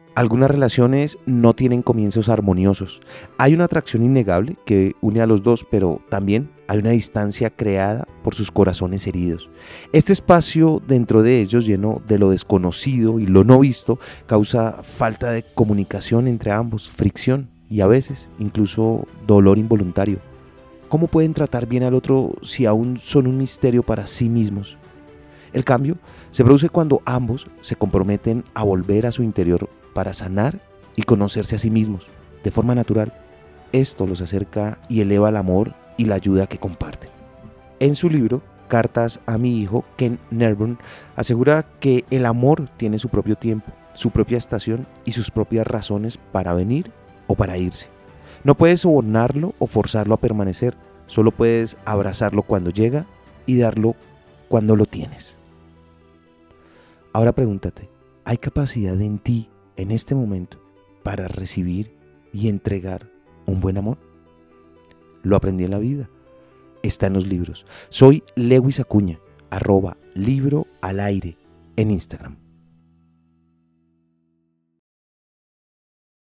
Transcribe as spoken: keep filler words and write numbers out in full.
Algunas relaciones no tienen comienzos armoniosos. Hay una atracción innegable que une a los dos, pero también hay una distancia creada por sus corazones heridos. Este espacio dentro de ellos, lleno de lo desconocido y lo no visto, causa falta de comunicación entre ambos, fricción y a veces incluso dolor involuntario. ¿Cómo pueden tratar bien al otro si aún son un misterio para sí mismos? El cambio se produce cuando ambos se comprometen a volver a su interior para sanar y conocerse a sí mismos de forma natural. Esto los acerca y eleva el amor y la ayuda que comparten. En su libro, Cartas a mi hijo, Ken Nerburn asegura que el amor tiene su propio tiempo, su propia estación y sus propias razones para venir o para irse. No puedes sobornarlo o forzarlo a permanecer, solo puedes abrazarlo cuando llega y darlo cuando lo tienes. Ahora pregúntate, ¿hay capacidad en ti en este momento para recibir y entregar un buen amor? Lo aprendí en la vida, está en los libros. Soy Lewis Acuña, arroba libro al aire en Instagram.